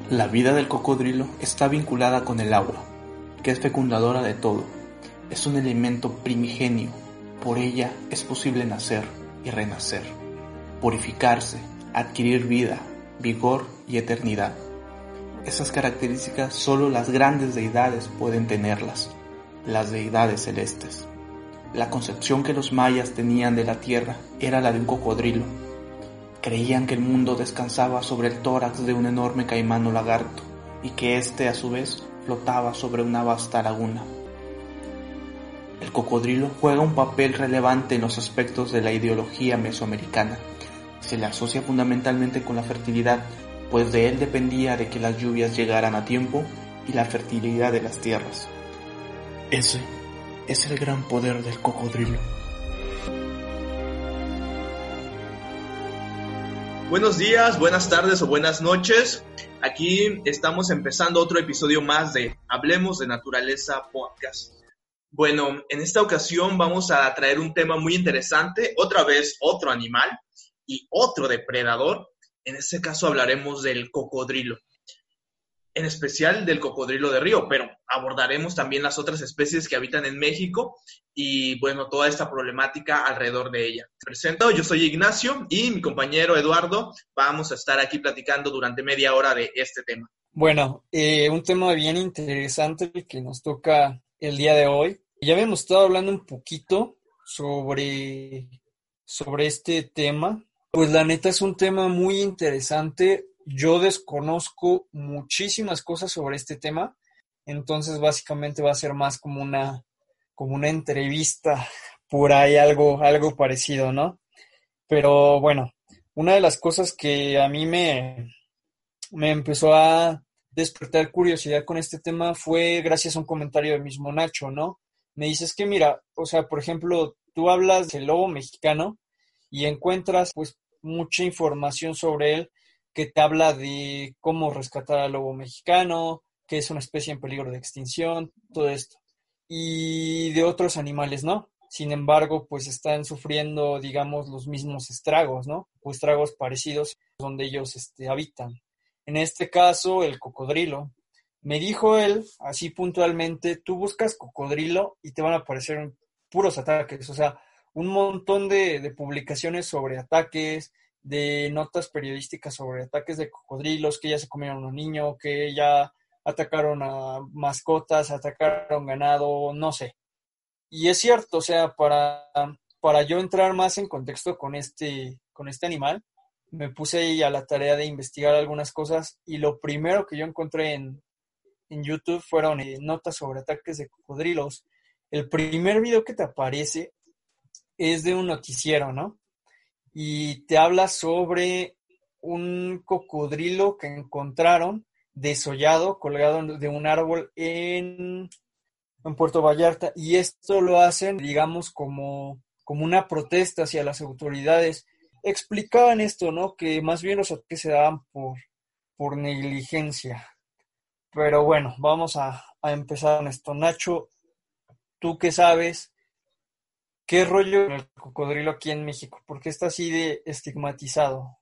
La vida del cocodrilo está vinculada con el agua, que es fecundadora de todo. Es un elemento primigenio. Por ella es posible nacer y renacer, purificarse, adquirir vida, vigor y eternidad. Esas características solo las grandes deidades pueden tenerlas, las deidades celestes. La concepción que los mayas tenían de la tierra era la de un cocodrilo. Creían que el mundo descansaba sobre el tórax de un enorme caimán o lagarto y que éste a su vez flotaba sobre una vasta laguna. El cocodrilo juega un papel relevante en los aspectos de la ideología mesoamericana. Se le asocia fundamentalmente con la fertilidad, pues de él dependía de que las lluvias llegaran a tiempo y la fertilidad de las tierras. Ese es el gran poder del cocodrilo. Buenos días, buenas tardes o buenas noches. Aquí estamos empezando otro episodio más de Hablemos de Naturaleza Podcast. Bueno, en esta ocasión vamos a traer un tema muy interesante, otra vez otro animal y otro depredador. En este caso hablaremos del cocodrilo, en especial del cocodrilo de río, pero abordaremos también las otras especies que habitan en México y, bueno, toda esta problemática alrededor de ella. Me presento, yo soy Ignacio y mi compañero Eduardo vamos a estar aquí platicando durante media hora de este tema. Bueno, un tema bien interesante que nos toca el día de hoy. Ya habíamos estado hablando un poquito sobre este tema. Pues la neta es un tema muy interesante. Yo desconozco muchísimas cosas sobre este tema, entonces básicamente va a ser más como una entrevista, por ahí algo parecido, ¿no? Pero bueno, una de las cosas que a mí me empezó a despertar curiosidad con este tema fue gracias a un comentario del mismo Nacho, ¿no? Me dices que mira, o sea, por ejemplo, tú hablas del lobo mexicano y encuentras pues mucha información sobre él que te habla de cómo rescatar al lobo mexicano, que es una especie en peligro de extinción, todo esto. Y de otros animales, ¿no? Sin embargo, pues están sufriendo, digamos, los mismos estragos, ¿no? O estragos parecidos donde ellos habitan. En este caso, el cocodrilo. Me dijo él, así puntualmente, tú buscas cocodrilo y te van a aparecer puros ataques, o sea, un montón de publicaciones sobre ataques, de notas periodísticas sobre ataques de cocodrilos, que ya se comieron a un niño, que ya atacaron a mascotas, atacaron ganado, no sé. Y es cierto, o sea, para yo entrar más en contexto con este animal, me puse ahí a la tarea de investigar algunas cosas y lo primero que yo encontré en YouTube fueron notas sobre ataques de cocodrilos. El primer video que te aparece es de un noticiero, ¿no? Y te habla sobre un cocodrilo que encontraron desollado, colgado de un árbol en Puerto Vallarta. Y esto lo hacen, digamos, como una protesta hacia las autoridades. Explicaban esto, ¿no? Que más bien los ataques se daban por negligencia. Pero bueno, vamos a empezar con esto. Nacho, ¿tú qué sabes? ¿Qué rollo con el cocodrilo aquí en México? ¿Por qué está así de estigmatizado?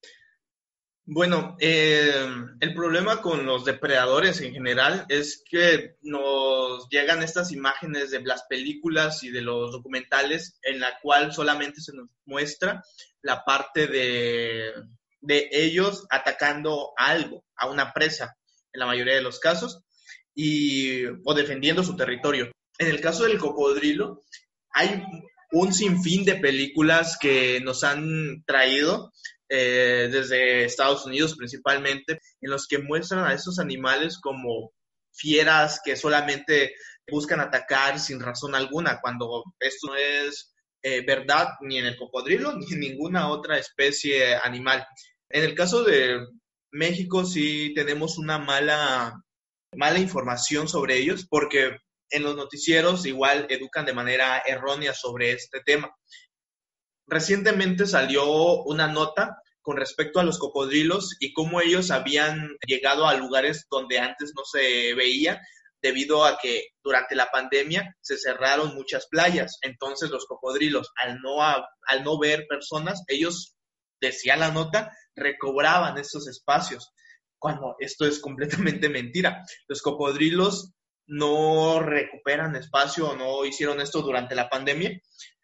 Bueno, el problema con los depredadores en general es que nos llegan estas imágenes de las películas y de los documentales en la cual solamente se nos muestra la parte de ellos atacando a algo, a una presa, en la mayoría de los casos, o defendiendo su territorio. En el caso del cocodrilo, hay un sinfín de películas que nos han traído desde Estados Unidos principalmente, en los que muestran a esos animales como fieras que solamente buscan atacar sin razón alguna, cuando esto no es verdad ni en el cocodrilo ni en ninguna otra especie animal. En el caso de México sí tenemos una mala información sobre ellos, porque en los noticieros igual educan de manera errónea sobre este tema. Recientemente salió una nota con respecto a los cocodrilos y cómo ellos habían llegado a lugares donde antes no se veía, debido a que durante la pandemia se cerraron muchas playas. Entonces los cocodrilos, al no ver personas, ellos, decía la nota, recobraban esos espacios. cuando esto es completamente mentira. Los cocodrilos no recuperan espacio o no hicieron esto durante la pandemia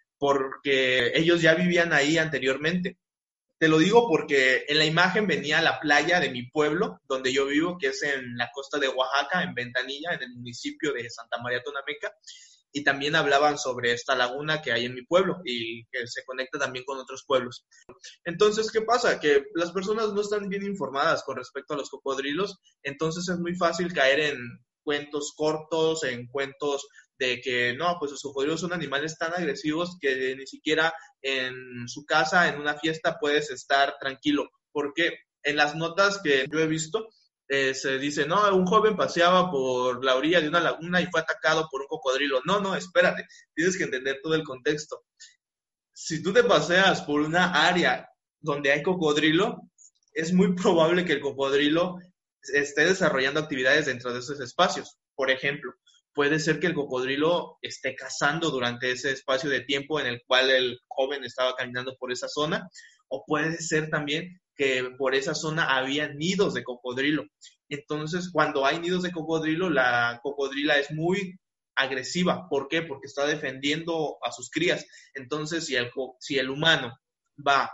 porque ellos ya vivían ahí anteriormente. Te lo digo porque en la imagen venía la playa de mi pueblo, donde yo vivo, que es en la costa de Oaxaca, en Ventanilla, en el municipio de Santa María Tonameca, y también hablaban sobre esta laguna que hay en mi pueblo y que se conecta también con otros pueblos. Entonces, ¿qué pasa? Que las personas no están bien informadas con respecto a los cocodrilos, entonces es muy fácil caer en cuentos cortos, en cuentos de que no, pues los cocodrilos son animales tan agresivos que ni siquiera en su casa, en una fiesta, puedes estar tranquilo. Porque en las notas que yo he visto, se dice, no, un joven paseaba por la orilla de una laguna y fue atacado por un cocodrilo. No, no, espérate, tienes que entender todo el contexto. Si tú te paseas por una área donde hay cocodrilo, es muy probable que el cocodrilo esté desarrollando actividades dentro de esos espacios. Por ejemplo, puede ser que el cocodrilo esté cazando durante ese espacio de tiempo en el cual el joven estaba caminando por esa zona, o puede ser también que por esa zona había nidos de cocodrilo. Entonces, cuando hay nidos de cocodrilo, la cocodrila es muy agresiva. ¿Por qué? Porque está defendiendo a sus crías. Entonces, si el humano va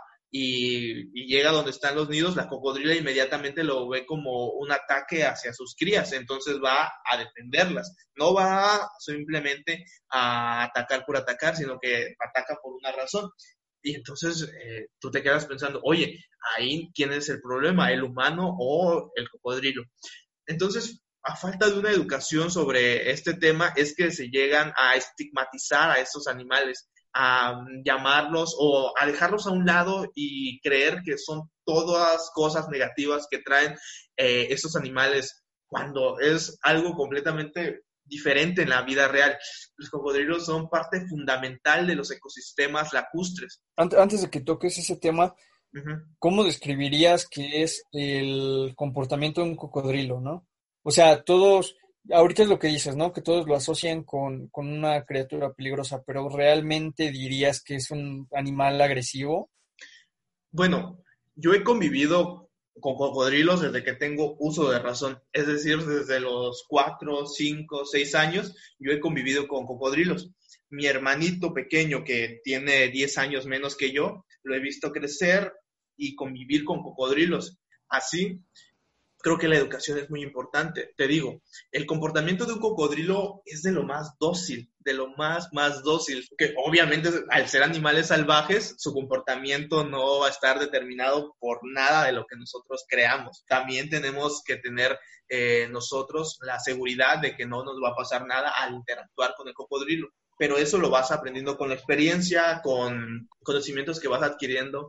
y llega donde están los nidos, la cocodrila inmediatamente lo ve como un ataque hacia sus crías, entonces va a defenderlas, no va simplemente a atacar por atacar, sino que ataca por una razón. Y entonces tú te quedas pensando, oye, ahí ¿quién es el problema? ¿El humano o el cocodrilo? Entonces, a falta de una educación sobre este tema, es que se llegan a estigmatizar a estos animales, a llamarlos o a dejarlos a un lado y creer que son todas cosas negativas que traen estos animales, cuando es algo completamente diferente en la vida real. Los cocodrilos son parte fundamental de los ecosistemas lacustres. Antes de que toques ese tema, ¿cómo describirías qué es el comportamiento de un cocodrilo, no? O sea, todos, ahorita es lo que dices, ¿no? Que todos lo asocian con una criatura peligrosa, pero ¿realmente dirías que es un animal agresivo? Bueno, yo he convivido con cocodrilos desde que tengo uso de razón, es decir, desde los 4, 5, 6 años, yo he convivido con cocodrilos. Mi hermanito pequeño, que tiene 10 años menos que yo, lo he visto crecer y convivir con cocodrilos. Así, creo que la educación es muy importante. Te digo, el comportamiento de un cocodrilo es de lo más dócil, de lo más dócil. Que obviamente, al ser animales salvajes, su comportamiento no va a estar determinado por nada de lo que nosotros creamos. También tenemos que tener nosotros la seguridad de que no nos va a pasar nada al interactuar con el cocodrilo. Pero eso lo vas aprendiendo con la experiencia, con conocimientos que vas adquiriendo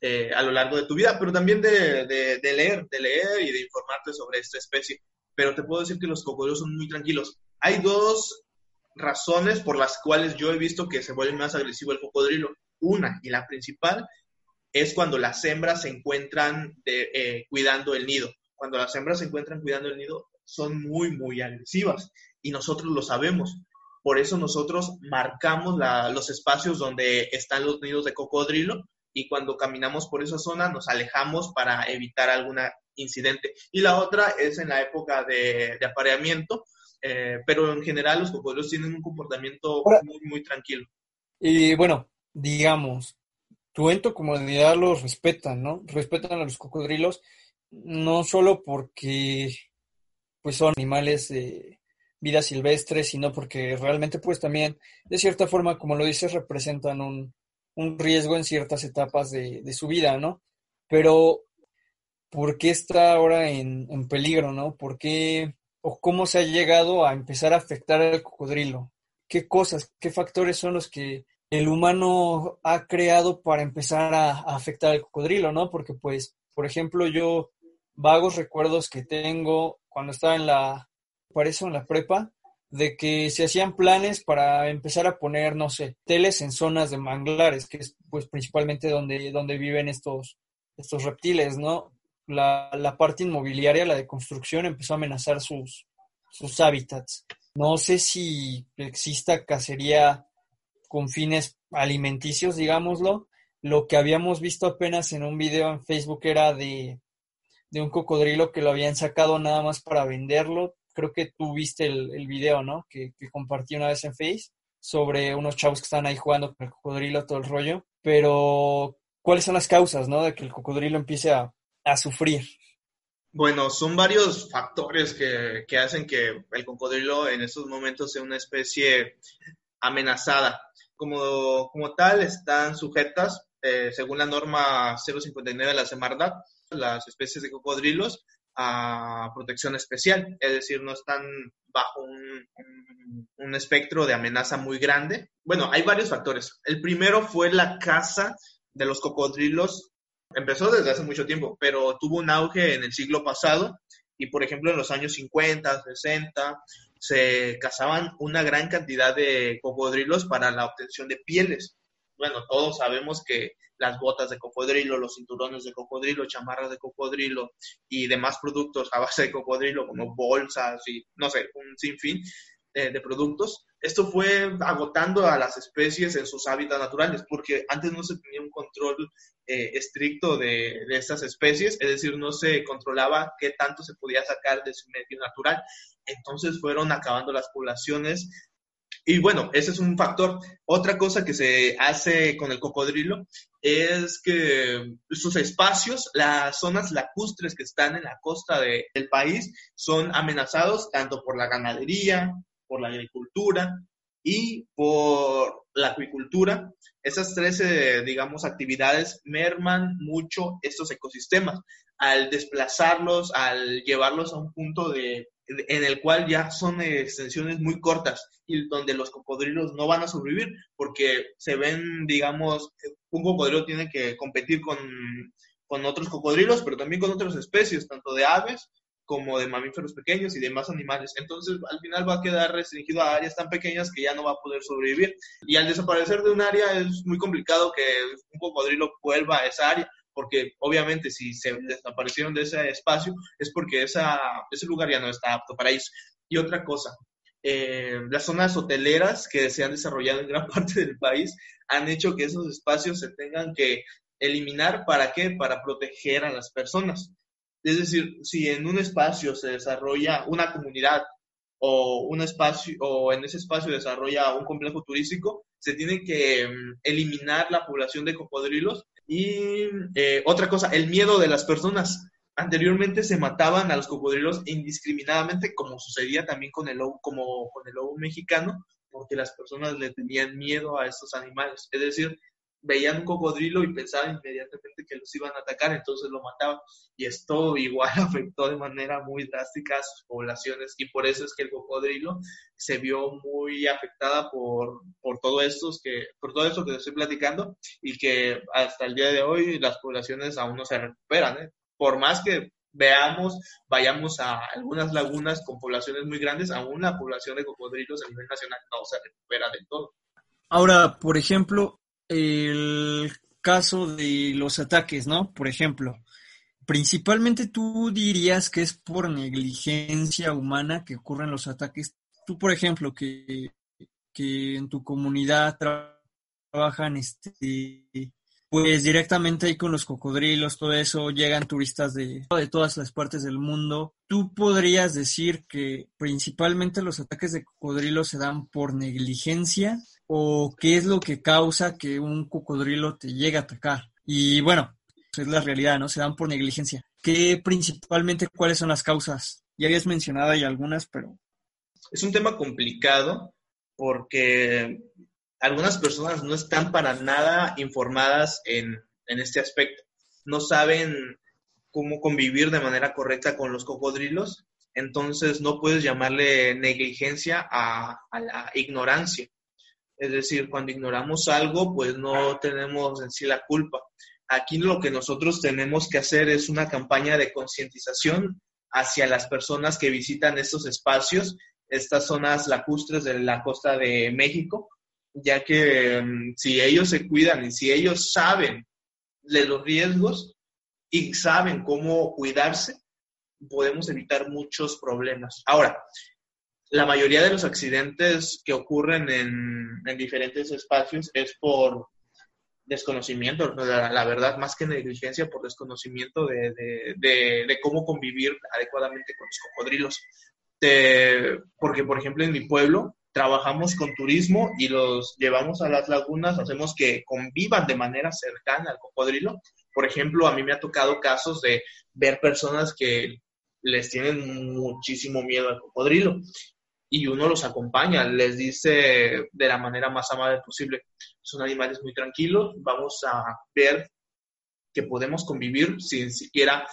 a lo largo de tu vida, pero también de leer y de informarte sobre esta especie. Pero te puedo decir que los cocodrilos son muy tranquilos. Hay dos razones por las cuales yo he visto que se vuelve más agresivo el cocodrilo. Una, y la principal, es cuando las hembras se encuentran cuidando el nido. Cuando las hembras se encuentran cuidando el nido, son muy agresivas, y nosotros lo sabemos. Por eso nosotros marcamos los espacios donde están los nidos de cocodrilo, y cuando caminamos por esa zona nos alejamos para evitar algún incidente. Y la otra es en la época de apareamiento, pero en general los cocodrilos tienen un comportamiento muy tranquilo. Y bueno, digamos, tú en tu comunidad los respetan, ¿no? Respetan a los cocodrilos, no solo porque pues son animales de vida silvestre, sino porque realmente pues también, de cierta forma, como lo dices, representan un riesgo en ciertas etapas de su vida, ¿no? Pero, ¿por qué está ahora en peligro, no? ¿Por qué o cómo se ha llegado a empezar a afectar al cocodrilo? ¿Qué cosas, qué factores son los que el humano ha creado para empezar a afectar al cocodrilo, ¿no? Porque, pues, por ejemplo, yo vagos recuerdos que tengo cuando estaba en la prepa, de que se hacían planes para empezar a poner, no sé, teles en zonas de manglares, que es pues principalmente donde viven estos reptiles, ¿no? La parte inmobiliaria, la de construcción, empezó a amenazar sus hábitats. No sé si exista cacería con fines alimenticios, digámoslo. Lo que habíamos visto apenas en un video en Facebook era de de un cocodrilo que lo habían sacado nada más para venderlo. Creo que tú viste el video, ¿no? Que compartí una vez en Face sobre unos chavos que están ahí jugando con el cocodrilo, todo el rollo. Pero, ¿cuáles son las causas, no? De que el cocodrilo empiece a sufrir. Bueno, son varios factores que hacen que el cocodrilo en estos momentos sea una especie amenazada. Como tal, están sujetas, según la norma 059 de la Semarnat, las especies de cocodrilos a protección especial, es decir, no están bajo un espectro de amenaza muy grande. Bueno, hay varios factores. El primero fue la caza de los cocodrilos. Empezó desde hace mucho tiempo, pero tuvo un auge en el siglo pasado y, por ejemplo, en los años 50, 60, se cazaban una gran cantidad de cocodrilos para la obtención de pieles. Bueno, todos sabemos que las botas de cocodrilo, los cinturones de cocodrilo, chamarras de cocodrilo y demás productos a base de cocodrilo, como bolsas y, no sé, un sinfín de productos. Esto fue agotando a las especies en sus hábitats naturales, porque antes no se tenía un control estricto de estas especies, es decir, no se controlaba qué tanto se podía sacar de su medio natural. Entonces fueron acabando las poblaciones. Y bueno, ese es un factor. Otra cosa que se hace con el cocodrilo es que sus espacios, las zonas lacustres que están en la costa del país, son amenazados tanto por la ganadería, por la agricultura y por la acuicultura. Esas tres, digamos, actividades merman mucho estos ecosistemas al desplazarlos, al llevarlos a un punto en el cual ya son extensiones muy cortas y donde los cocodrilos no van a sobrevivir porque se ven, digamos, un cocodrilo tiene que competir con otros cocodrilos, pero también con otras especies, tanto de aves como de mamíferos pequeños y demás animales. Entonces, al final va a quedar restringido a áreas tan pequeñas que ya no va a poder sobrevivir. Y al desaparecer de un área es muy complicado que un cocodrilo vuelva a esa área, porque obviamente si se desaparecieron de ese espacio es porque ese lugar ya no está apto para ellos. Y otra cosa, las zonas hoteleras que se han desarrollado en gran parte del país han hecho que esos espacios se tengan que eliminar. ¿Para qué? Para proteger a las personas. Es decir, si en un espacio se desarrolla una comunidad o en ese espacio desarrolla un complejo turístico, se tiene que eliminar la población de cocodrilos. Y otra cosa, el miedo de las personas. Anteriormente se mataban a los cocodrilos indiscriminadamente, como sucedía también con el lobo mexicano, porque las personas le tenían miedo a estos animales. Es decir, veían un cocodrilo y pensaban inmediatamente que los iban a atacar, entonces lo mataban. Y esto igual afectó de manera muy drástica a sus poblaciones, y por eso es que el cocodrilo se vio muy afectada por todo esto que te estoy platicando, y que hasta el día de hoy las poblaciones aún no se recuperan, ¿eh? Por más que vayamos a algunas lagunas con poblaciones muy grandes, aún la población de cocodrilos a nivel nacional no se recupera del todo. Ahora, por ejemplo, el caso de los ataques, ¿no? Por ejemplo, principalmente tú dirías que es por negligencia humana que ocurren los ataques. Tú, por ejemplo, que en tu comunidad trabajan pues directamente ahí con los cocodrilos, todo eso, llegan turistas de todas las partes del mundo. ¿Tú podrías decir que principalmente los ataques de cocodrilos se dan por negligencia? ¿O qué es lo que causa que un cocodrilo te llegue a atacar? Y bueno, es la realidad, ¿no? Se dan por negligencia. ¿Cuáles son las causas? Ya habías mencionado ahí algunas, pero... Es un tema complicado porque algunas personas no están para nada informadas en este aspecto. No saben cómo convivir de manera correcta con los cocodrilos, entonces no puedes llamarle negligencia a la ignorancia. Es decir, cuando ignoramos algo, pues no tenemos en sí la culpa. Aquí lo que nosotros tenemos que hacer es una campaña de concientización hacia las personas que visitan estos espacios, estas zonas lacustres de la costa de México, ya que si ellos se cuidan y si ellos saben de los riesgos y saben cómo cuidarse, podemos evitar muchos problemas. Ahora, la mayoría de los accidentes que ocurren en diferentes espacios es por desconocimiento, la verdad, más que negligencia, por desconocimiento de cómo convivir adecuadamente con los cocodrilos. Porque, por ejemplo, en mi pueblo trabajamos con turismo y los llevamos a las lagunas, hacemos que convivan de manera cercana al cocodrilo. Por ejemplo, a mí me ha tocado casos de ver personas que les tienen muchísimo miedo al cocodrilo y uno los acompaña, les dice de la manera más amable posible: son animales muy tranquilos, vamos a ver que podemos convivir sin siquiera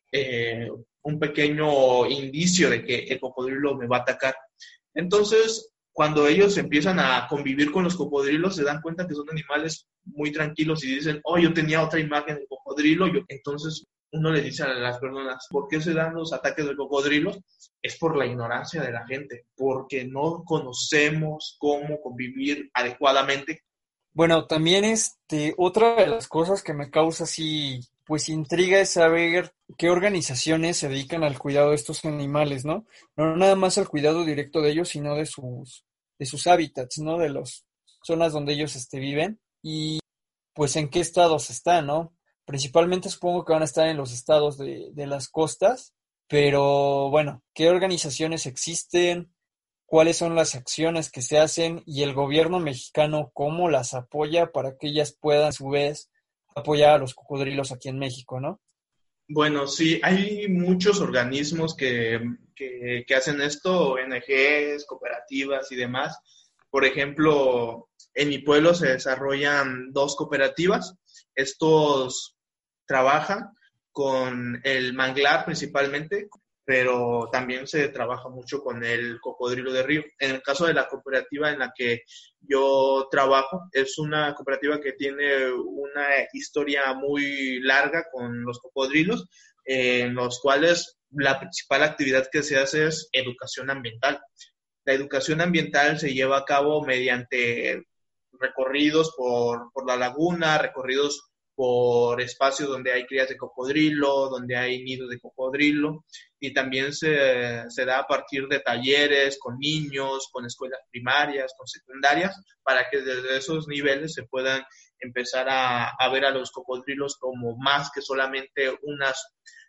un pequeño indicio de que el cocodrilo me va a atacar. Entonces, cuando ellos empiezan a convivir con los cocodrilos, se dan cuenta que son animales muy tranquilos y dicen: oh, yo tenía otra imagen del cocodrilo. Entonces uno le dice a las personas: ¿por qué se dan los ataques del cocodrilo? Es por la ignorancia de la gente, porque no conocemos cómo convivir adecuadamente. Bueno, también otra de las cosas que me causa así, pues intriga es saber qué organizaciones se dedican al cuidado de estos animales, ¿no? No nada más al cuidado directo de ellos, sino de sus hábitats, ¿no? De las zonas donde ellos viven y pues en qué estados están, ¿no? Principalmente supongo que van a estar en los estados de las costas, pero bueno, ¿qué organizaciones existen? ¿Cuáles son las acciones que se hacen y el gobierno mexicano cómo las apoya para que ellas puedan a su vez apoyar a los cocodrilos aquí en México, ¿no? Bueno, sí, hay muchos organismos que hacen esto, ONGs, cooperativas y demás. Por ejemplo, en mi pueblo se desarrollan 2 cooperativas. Estos trabajan con el manglar principalmente, pero también se trabaja mucho con el cocodrilo de río. En el caso de la cooperativa en la que yo trabajo, es una cooperativa que tiene una historia muy larga con los cocodrilos, en los cuales la principal actividad que se hace es educación ambiental. La educación ambiental se lleva a cabo mediante recorridos por la laguna, recorridos por espacios donde hay crías de cocodrilo, donde hay nidos de cocodrilo, y también se da a partir de talleres con niños, con escuelas primarias, con secundarias, para que desde esos niveles se puedan empezar a ver a los cocodrilos como más que solamente unas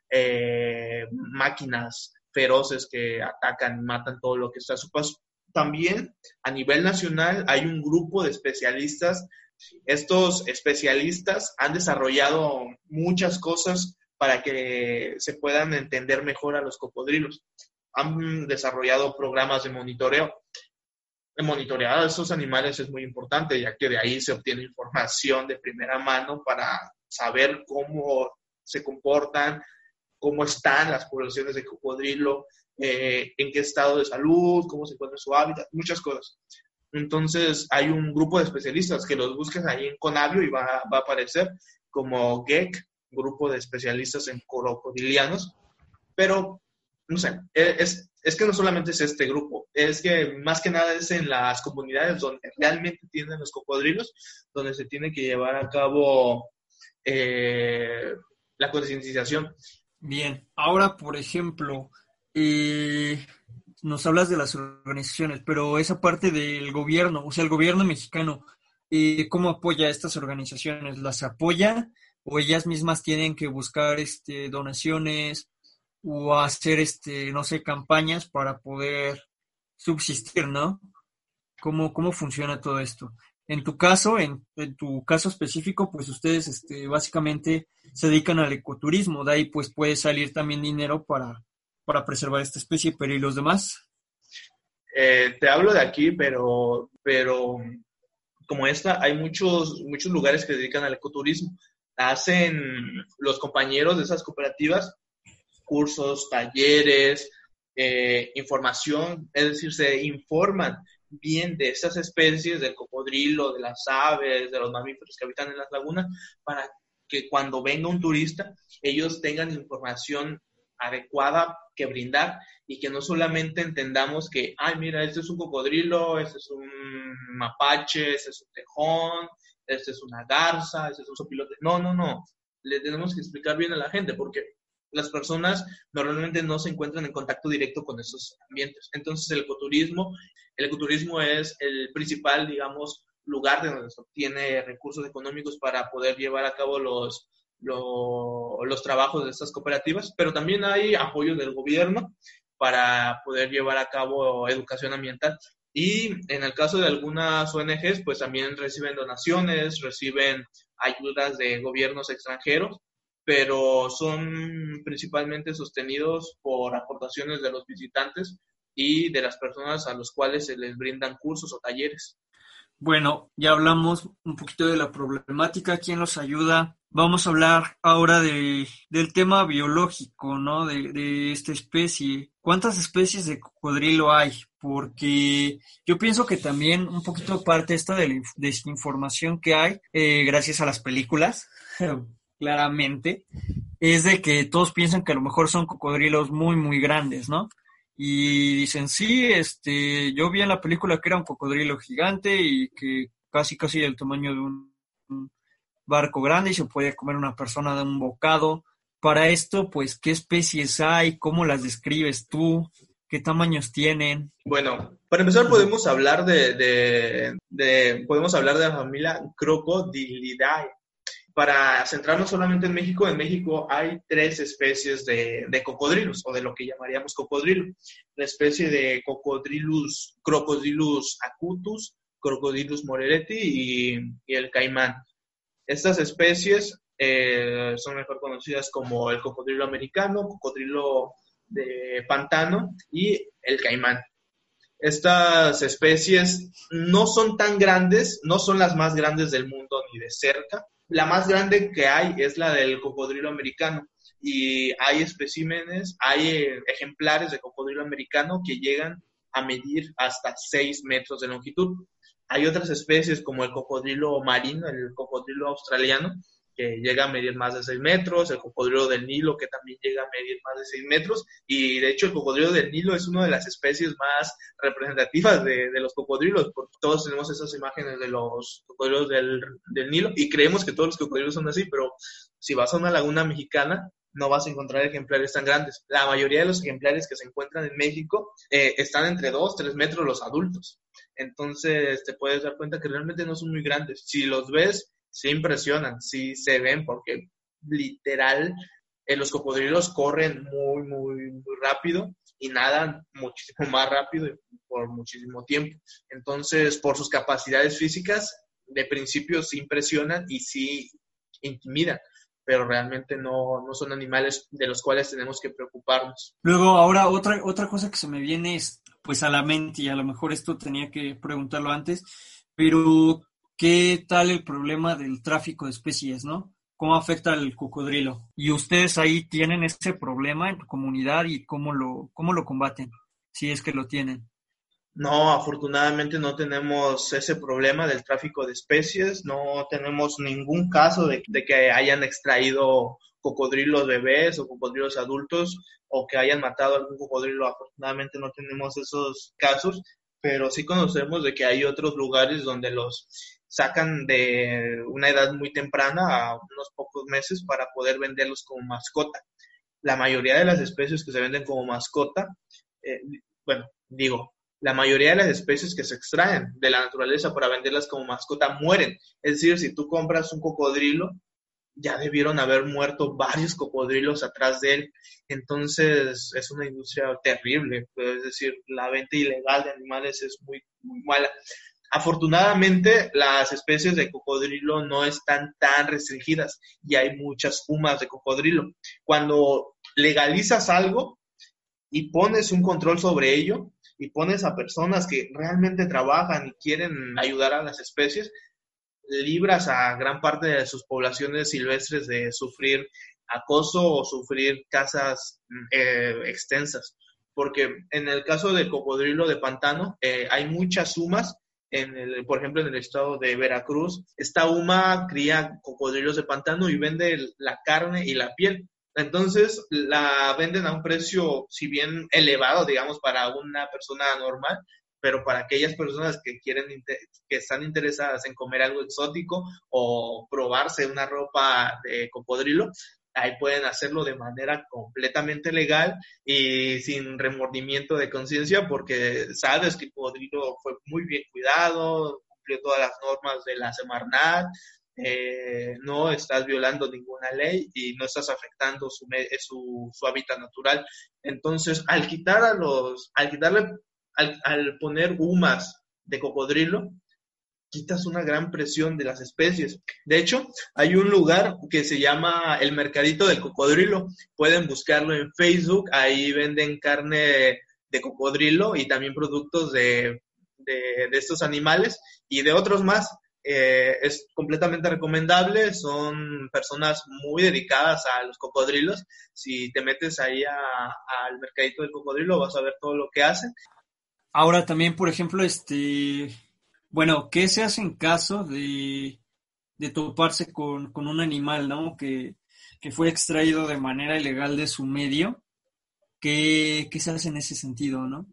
máquinas feroces que atacan y matan todo lo que está a su paso. También a nivel nacional hay un grupo de especialistas. Estos especialistas han desarrollado muchas cosas para que se puedan entender mejor a los cocodrilos. Han desarrollado programas de monitoreo. El monitorear a esos animales es muy importante, ya que de ahí se obtiene información de primera mano para saber cómo se comportan, cómo están las poblaciones de cocodrilo, en qué estado de salud, cómo se encuentra su hábitat, muchas cosas. Entonces hay un grupo de especialistas que los busques ahí en Conavio y va a aparecer como GEC, grupo de especialistas en crocodilianos, pero no sé, es que no solamente es este grupo, es que más que nada es en las comunidades donde realmente tienen los cocodrilos, donde se tiene que llevar a cabo la concientización. Bien, ahora por ejemplo, nos hablas de las organizaciones, pero esa parte del gobierno, o sea, el gobierno mexicano, ¿cómo apoya a estas organizaciones? ¿Las apoya o ellas mismas tienen que buscar donaciones o hacer no sé, campañas para poder subsistir, ¿no? ¿Cómo funciona todo esto? En tu caso, en tu caso específico, pues ustedes básicamente se dedican al ecoturismo, de ahí pues puede salir también dinero para preservar esta especie, pero ¿y los demás? Te hablo de aquí, pero como esta, hay muchos lugares que se dedican al ecoturismo. Hacen los compañeros de esas cooperativas cursos, talleres, información, es decir, se informan bien de estas especies, del cocodrilo, de las aves, de los mamíferos que habitan en las lagunas, para que cuando venga un turista, ellos tengan información adecuada que brindar y que no solamente entendamos que, ay, mira, este es un cocodrilo, este es un mapache, este es un tejón, este es una garza, este es un sopilote. No. Le tenemos que explicar bien a la gente porque las personas normalmente no se encuentran en contacto directo con esos ambientes. Entonces, el ecoturismo es el principal, digamos, lugar de donde se obtiene recursos económicos para poder llevar a cabo los trabajos de estas cooperativas, pero también hay apoyo del gobierno para poder llevar a cabo educación ambiental. Y en el caso de algunas ONGs, pues también reciben donaciones, reciben ayudas de gobiernos extranjeros, pero son principalmente sostenidos por aportaciones de los visitantes y de las personas a los cuales se les brindan cursos o talleres. Bueno, ya hablamos un poquito de la problemática, quién los ayuda. Vamos a hablar ahora del tema biológico, ¿no? De esta especie. ¿Cuántas especies de cocodrilo hay? Porque yo pienso que también un poquito parte esta de la desinformación que hay, gracias a las películas, claramente, es de que todos piensan que a lo mejor son cocodrilos muy, muy grandes, ¿no? Y dicen, sí, yo vi en la película que era un cocodrilo gigante y que casi del tamaño de un barco grande y se puede comer una persona de un bocado. Para esto, pues, ¿qué especies hay? ¿Cómo las describes tú? ¿Qué tamaños tienen? Bueno, para empezar podemos hablar podemos hablar de la familia Crocodilidae. Para centrarnos solamente en México hay 3 especies de cocodrilos, o de lo que llamaríamos cocodrilo. La especie de Crocodylus acutus, Crocodylus moretti y el caimán. Estas especies son mejor conocidas como el cocodrilo americano, cocodrilo de pantano y el caimán. Estas especies no son tan grandes, no son las más grandes del mundo ni de cerca. La más grande que hay es la del cocodrilo americano y hay especímenes, hay ejemplares de cocodrilo americano que llegan a medir hasta 6 metros de longitud. Hay otras especies como el cocodrilo marino, el cocodrilo australiano, que llega a medir más de 6 metros, el cocodrilo del Nilo, que también llega a medir más de 6 metros, y de hecho el cocodrilo del Nilo es una de las especies más representativas de los cocodrilos, porque todos tenemos esas imágenes de los cocodrilos del Nilo, y creemos que todos los cocodrilos son así, pero si vas a una laguna mexicana, no vas a encontrar ejemplares tan grandes. La mayoría de los ejemplares que se encuentran en México están entre 2-3 metros los adultos. Entonces te puedes dar cuenta que realmente no son muy grandes. Si los ves, sí impresionan, sí se ven, porque literal los cocodrilos corren muy, muy, muy rápido y nadan muchísimo más rápido y por muchísimo tiempo. Entonces, por sus capacidades físicas, de principio sí impresionan y sí intimidan, pero realmente no son animales de los cuales tenemos que preocuparnos. Luego, ahora otra cosa que se me viene es, pues, a la mente, y a lo mejor esto tenía que preguntarlo antes, pero ¿qué tal el problema del tráfico de especies, no? ¿Cómo afecta al cocodrilo? ¿Y ustedes ahí tienen ese problema en tu comunidad y cómo lo combaten, si es que lo tienen? No, afortunadamente no tenemos ese problema del tráfico de especies, no tenemos ningún caso de que hayan extraído cocodrilos bebés o cocodrilos adultos o que hayan matado a algún cocodrilo. Afortunadamente no tenemos esos casos, pero sí conocemos de que hay otros lugares donde los sacan de una edad muy temprana a unos pocos meses para poder venderlos como mascota. La mayoría de las especies que se venden como mascota, la mayoría de las especies que se extraen de la naturaleza para venderlas como mascota mueren. Es decir, si tú compras un cocodrilo, ya debieron haber muerto varios cocodrilos atrás de él. Entonces, es una industria terrible. Es decir, la venta ilegal de animales es muy, muy mala. Afortunadamente, las especies de cocodrilo no están tan restringidas y hay muchas pumas de cocodrilo. Cuando legalizas algo y pones un control sobre ello, y pones a personas que realmente trabajan y quieren ayudar a las especies, libras a gran parte de sus poblaciones silvestres de sufrir acoso o sufrir cazas extensas. Porque en el caso del cocodrilo de pantano, hay muchas UMAs, por ejemplo, en el estado de Veracruz, esta UMA cría cocodrilos de pantano y vende la carne y la piel. Entonces la venden a un precio, si bien elevado, digamos, para una persona normal, pero para aquellas personas que están interesadas en comer algo exótico o probarse una ropa de cocodrilo, ahí pueden hacerlo de manera completamente legal y sin remordimiento de conciencia, porque sabes que el cocodrilo fue muy bien cuidado, cumplido todas las normas de la Semarnat, no estás violando ninguna ley y no estás afectando su hábitat natural. Entonces, al poner humas de cocodrilo, quitas una gran presión de las especies. De hecho, hay un lugar que se llama el Mercadito del Cocodrilo. Pueden buscarlo en Facebook. Ahí venden carne de cocodrilo y también productos de estos animales y de otros más. Es completamente recomendable. Son personas muy dedicadas a los cocodrilos. Si te metes ahí al Mercadito del Cocodrilo, vas a ver todo lo que hacen. Ahora también, por ejemplo, bueno, ¿qué se hace en caso de toparse con un animal, ¿no? Que fue extraído de manera ilegal de su medio? ¿Qué se hace en ese sentido, no?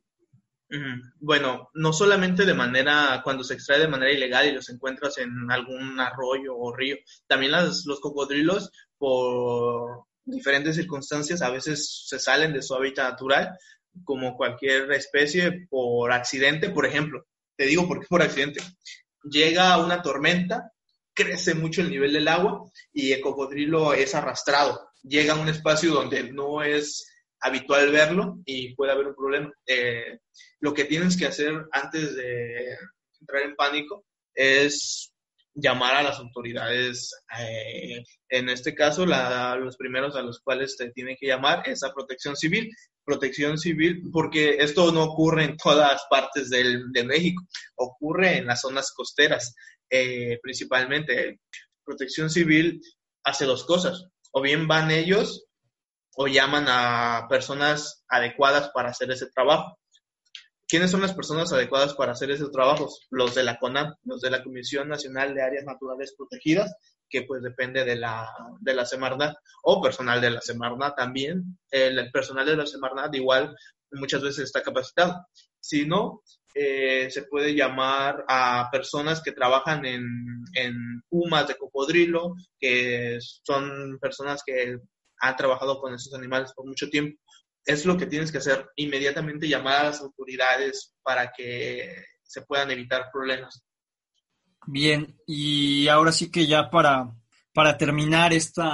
Bueno, no solamente cuando se extrae de manera ilegal y los encuentras en algún arroyo o río, también los cocodrilos, por diferentes circunstancias, a veces se salen de su hábitat natural, como cualquier especie, por accidente. Por ejemplo, te digo por qué por accidente. Llega una tormenta, crece mucho el nivel del agua y el cocodrilo es arrastrado. Llega a un espacio donde no es habitual verlo y puede haber un problema. Lo que tienes que hacer antes de entrar en pánico es llamar a las autoridades. En este caso, los primeros a los cuales te tienen que llamar es a Protección Civil. Protección Civil, porque esto no ocurre en todas partes de México, ocurre en las zonas costeras, principalmente. Protección Civil hace dos cosas: o bien van ellos o llaman a personas adecuadas para hacer ese trabajo. ¿Quiénes son las personas adecuadas para hacer esos trabajos? Los de la CONAM, los de la Comisión Nacional de Áreas Naturales Protegidas, que pues depende de la Semarnat, o personal de la Semarnat también. El personal de la Semarnat igual muchas veces está capacitado. Si no, se puede llamar a personas que trabajan en humas de cocodrilo, que son personas que han trabajado con esos animales por mucho tiempo. Es lo que tienes que hacer: inmediatamente llamar a las autoridades para que se puedan evitar problemas. Bien, y ahora sí que ya para terminar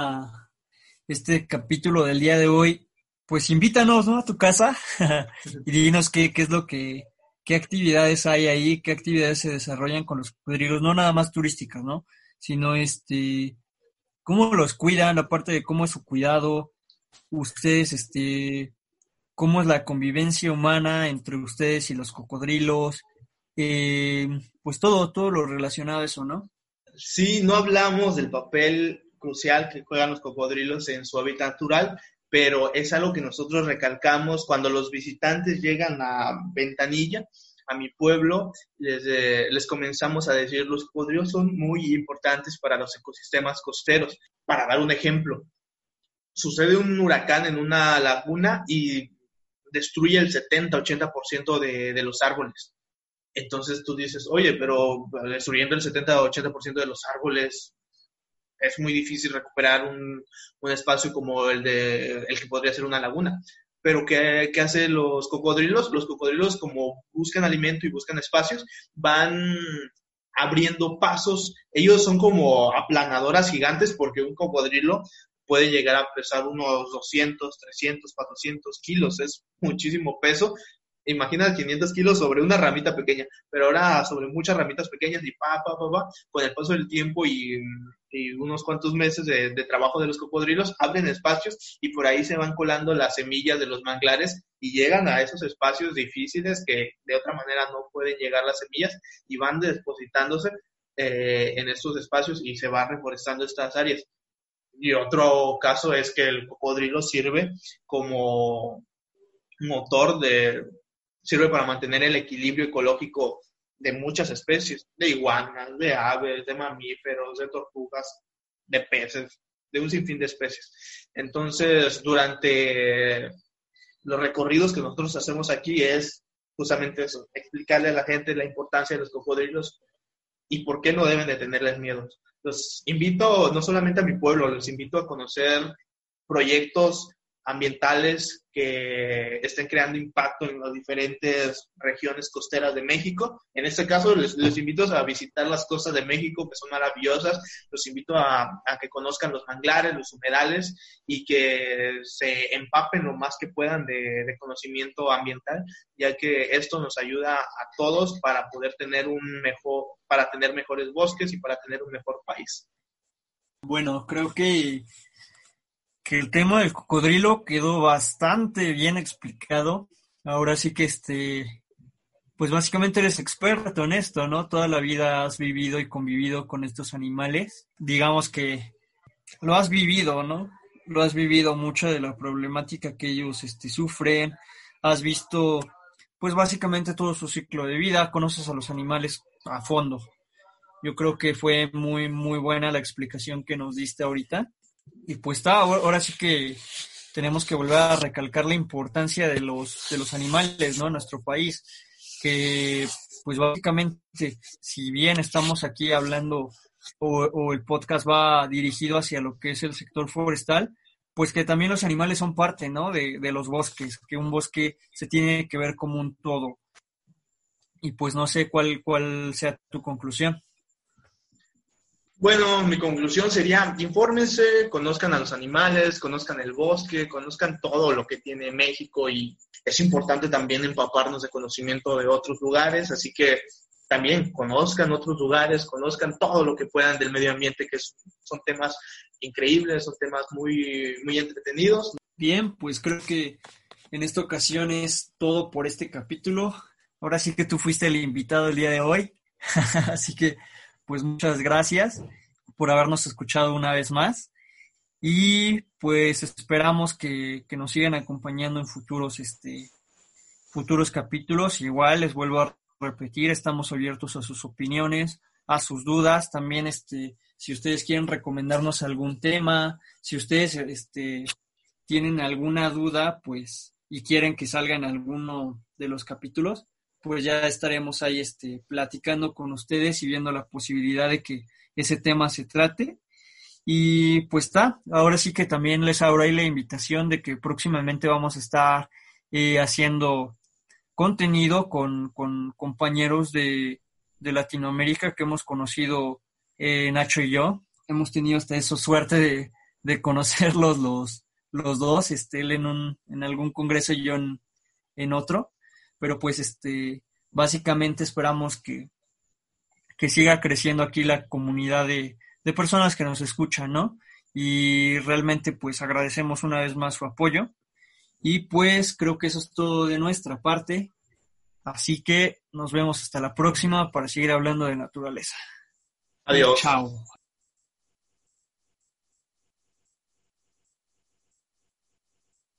este capítulo del día de hoy, pues invítanos, ¿no?, a tu casa y dinos qué es lo qué actividades hay ahí, qué actividades se desarrollan con los cocodrilos, no nada más turísticas, ¿no?, sino cómo los cuidan, aparte de cómo es su cuidado, ustedes, cómo es la convivencia humana entre ustedes y los cocodrilos, pues todo lo relacionado a eso, ¿no? Sí, no hablamos del papel crucial que juegan los cocodrilos en su hábitat natural, pero es algo que nosotros recalcamos cuando los visitantes llegan a Ventanilla, a mi pueblo. Les comenzamos a decir: los cocodrilos son muy importantes para los ecosistemas costeros. Para dar un ejemplo, sucede un huracán en una laguna y destruye el 70-80% de los árboles. Entonces tú dices: oye, pero destruyendo el 70-80% de los árboles es muy difícil recuperar un espacio como el que podría ser una laguna. Pero ¿qué hacen los cocodrilos? Los cocodrilos, como buscan alimento y buscan espacios, van abriendo pasos. Ellos son como aplanadoras gigantes, porque un cocodrilo puede llegar a pesar unos 200, 300, 400 kilos. Es muchísimo peso. Imagina 500 kilos sobre una ramita pequeña, pero ahora sobre muchas ramitas pequeñas y con el paso del tiempo y unos cuantos meses de trabajo de los cocodrilos, abren espacios y por ahí se van colando las semillas de los manglares y llegan a esos espacios difíciles que de otra manera no pueden llegar las semillas, y van depositándose en estos espacios y se va reforestando estas áreas. Y otro caso es que el cocodrilo sirve como motor sirve para mantener el equilibrio ecológico de muchas especies, de iguanas, de aves, de mamíferos, de tortugas, de peces, de un sinfín de especies. Entonces, durante los recorridos que nosotros hacemos aquí es justamente eso: explicarle a la gente la importancia de los cocodrilos y por qué no deben de tenerles miedo. Los invito no solamente a mi pueblo, los invito a conocer proyectos ambientales que estén creando impacto en las diferentes regiones costeras de México. En este caso, les invito a visitar las costas de México, que son maravillosas. Los invito a que conozcan los manglares, los humedales, y que se empapen lo más que puedan de conocimiento ambiental, ya que esto nos ayuda a todos para poder tener para tener mejores bosques y para tener un mejor país. Bueno, creo que el tema del cocodrilo quedó bastante bien explicado. Ahora sí que pues básicamente eres experto en esto, ¿no? Toda la vida has vivido y convivido con estos animales. Digamos que lo has vivido, ¿no? Lo has vivido mucho de la problemática que ellos sufren. Has visto, pues básicamente todo su ciclo de vida. Conoces a los animales a fondo. Yo creo que fue muy, muy buena la explicación que nos diste ahorita. Y pues ahora sí que tenemos que volver a recalcar la importancia de los animales, ¿no? En nuestro país, que pues básicamente, si bien estamos aquí hablando o el podcast va dirigido hacia lo que es el sector forestal, pues que también los animales son parte, ¿no? De los bosques, que un bosque se tiene que ver como un todo. Y pues no sé cuál sea tu conclusión. Bueno, mi conclusión sería, infórmense, conozcan a los animales, conozcan el bosque, conozcan todo lo que tiene México, y es importante también empaparnos de conocimiento de otros lugares, así que también conozcan otros lugares, conozcan todo lo que puedan del medio ambiente, que son temas increíbles, son temas muy, muy entretenidos. Bien, pues creo que en esta ocasión es todo por este capítulo. Ahora sí que tú fuiste el invitado el día de hoy, así que pues muchas gracias por habernos escuchado una vez más y pues esperamos que nos sigan acompañando en futuros capítulos. Igual les vuelvo a repetir, estamos abiertos a sus opiniones, a sus dudas. También si ustedes quieren recomendarnos algún tema, si ustedes tienen alguna duda, pues, y quieren que salga en alguno de los capítulos, pues ya estaremos ahí platicando con ustedes y viendo la posibilidad de que ese tema se trate. Y pues ahora sí que también les abro ahí la invitación de que próximamente vamos a estar haciendo contenido con compañeros de Latinoamérica que hemos conocido, Nacho y yo. Hemos tenido hasta eso suerte de conocerlos los dos, él en algún congreso y yo en otro. Pero pues básicamente esperamos que siga creciendo aquí la comunidad de personas que nos escuchan, ¿no? Y realmente pues agradecemos una vez más su apoyo. Y pues creo que eso es todo de nuestra parte. Así que nos vemos hasta la próxima para seguir hablando de naturaleza. Adiós. Chao.